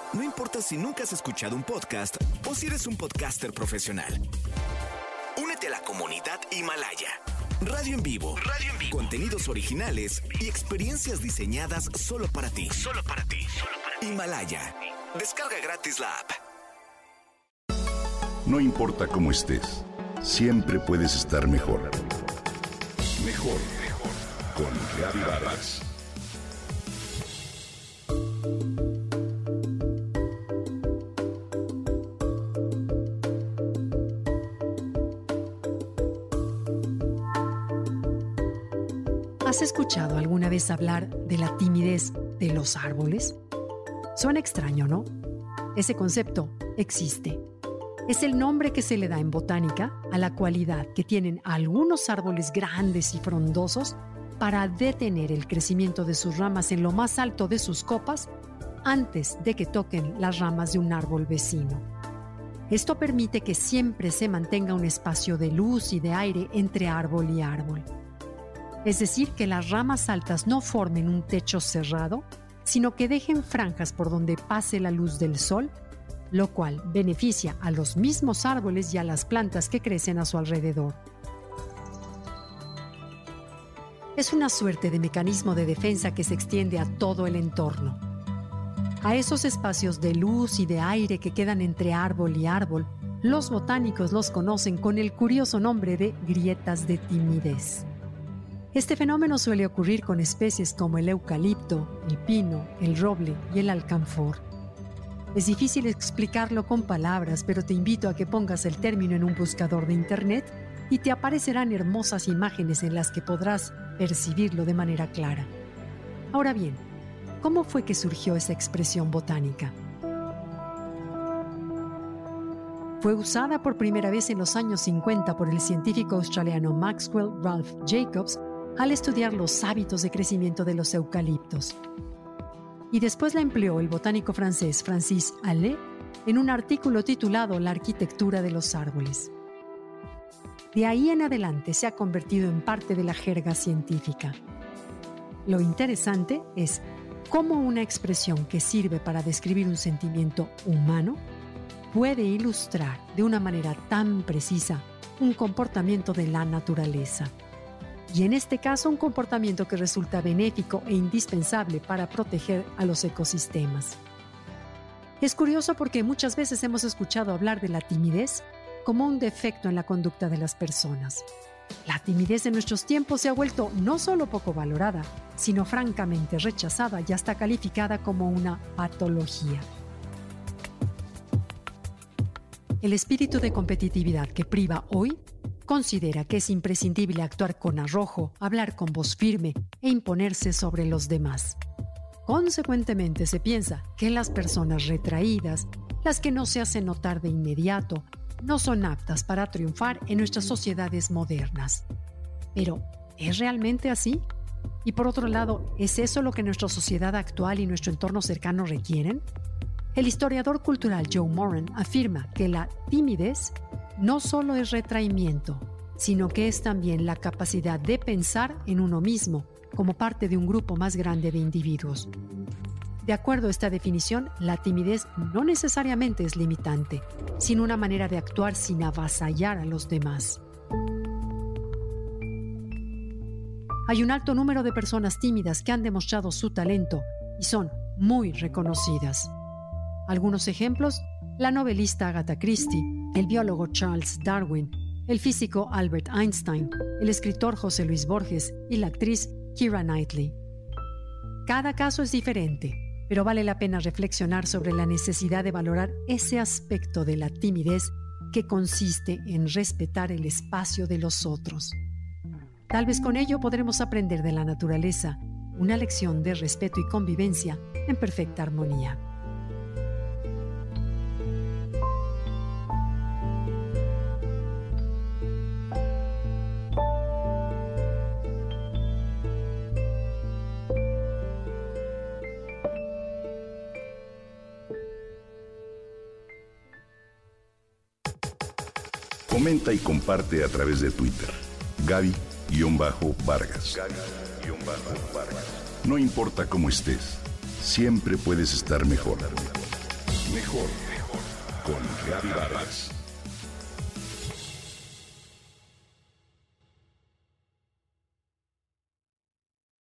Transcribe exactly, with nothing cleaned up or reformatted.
No importa si nunca has escuchado un podcast o si eres un podcaster profesional. Únete a la comunidad Himalaya. Radio en vivo. Radio en vivo. Contenidos originales y experiencias diseñadas solo para ti. Solo para ti. Solo para ti. Himalaya. Descarga gratis la app. No importa cómo estés, siempre puedes estar mejor. Mejor, mejor. Con Gaby Vargas. ¿Has escuchado alguna vez hablar de la timidez de los árboles? Suena extraño, ¿no? Ese concepto existe. Es el nombre que se le da en botánica a la cualidad que tienen algunos árboles grandes y frondosos para detener el crecimiento de sus ramas en lo más alto de sus copas antes de que toquen las ramas de un árbol vecino. Esto permite que siempre se mantenga un espacio de luz y de aire entre árbol y árbol. Es decir, que las ramas altas no formen un techo cerrado, sino que dejen franjas por donde pase la luz del sol, lo cual beneficia a los mismos árboles y a las plantas que crecen a su alrededor. Es una suerte de mecanismo de defensa que se extiende a todo el entorno. A esos espacios de luz y de aire que quedan entre árbol y árbol, los botánicos los conocen con el curioso nombre de grietas de timidez. Este fenómeno suele ocurrir con especies como el eucalipto, el pino, el roble y el alcanfor. Es difícil explicarlo con palabras, pero te invito a que pongas el término en un buscador de internet y te aparecerán hermosas imágenes en las que podrás percibirlo de manera clara. Ahora bien, ¿cómo fue que surgió esa expresión botánica? Fue usada por primera vez en los años cincuenta por el científico australiano Maxwell Ralph Jacobs al estudiar los hábitos de crecimiento de los eucaliptos. Y después la empleó el botánico francés Francis Allais en un artículo titulado La arquitectura de los árboles. De ahí en adelante se ha convertido en parte de la jerga científica. Lo interesante es cómo una expresión que sirve para describir un sentimiento humano puede ilustrar de una manera tan precisa un comportamiento de la naturaleza. Y en este caso un comportamiento que resulta benéfico e indispensable para proteger a los ecosistemas. Es curioso porque muchas veces hemos escuchado hablar de la timidez como un defecto en la conducta de las personas. La timidez en nuestros tiempos se ha vuelto no solo poco valorada, sino francamente rechazada y hasta calificada como una patología. El espíritu de competitividad que priva hoy considera que es imprescindible actuar con arrojo, hablar con voz firme e imponerse sobre los demás. Consecuentemente, se piensa que las personas retraídas, las que no se hacen notar de inmediato, no son aptas para triunfar en nuestras sociedades modernas. Pero, ¿es realmente así? Y por otro lado, ¿es eso lo que nuestra sociedad actual y nuestro entorno cercano requieren? El historiador cultural Joe Moran afirma que la timidez no solo es retraimiento, sino que es también la capacidad de pensar en uno mismo como parte de un grupo más grande de individuos. De acuerdo a esta definición, la timidez no necesariamente es limitante, sino una manera de actuar sin avasallar a los demás. Hay un alto número de personas tímidas que han demostrado su talento y son muy reconocidas. Algunos ejemplos: la novelista Agatha Christie, el biólogo Charles Darwin, el físico Albert Einstein, el escritor José Luis Borges y la actriz Keira Knightley. Cada caso es diferente, pero vale la pena reflexionar sobre la necesidad de valorar ese aspecto de la timidez que consiste en respetar el espacio de los otros. Tal vez con ello podremos aprender de la naturaleza una lección de respeto y convivencia en perfecta armonía. Comenta y comparte a través de Twitter. Gaby-Vargas. Gaby-Vargas. No importa cómo estés, siempre puedes estar mejor. Mejor con Gaby Vargas.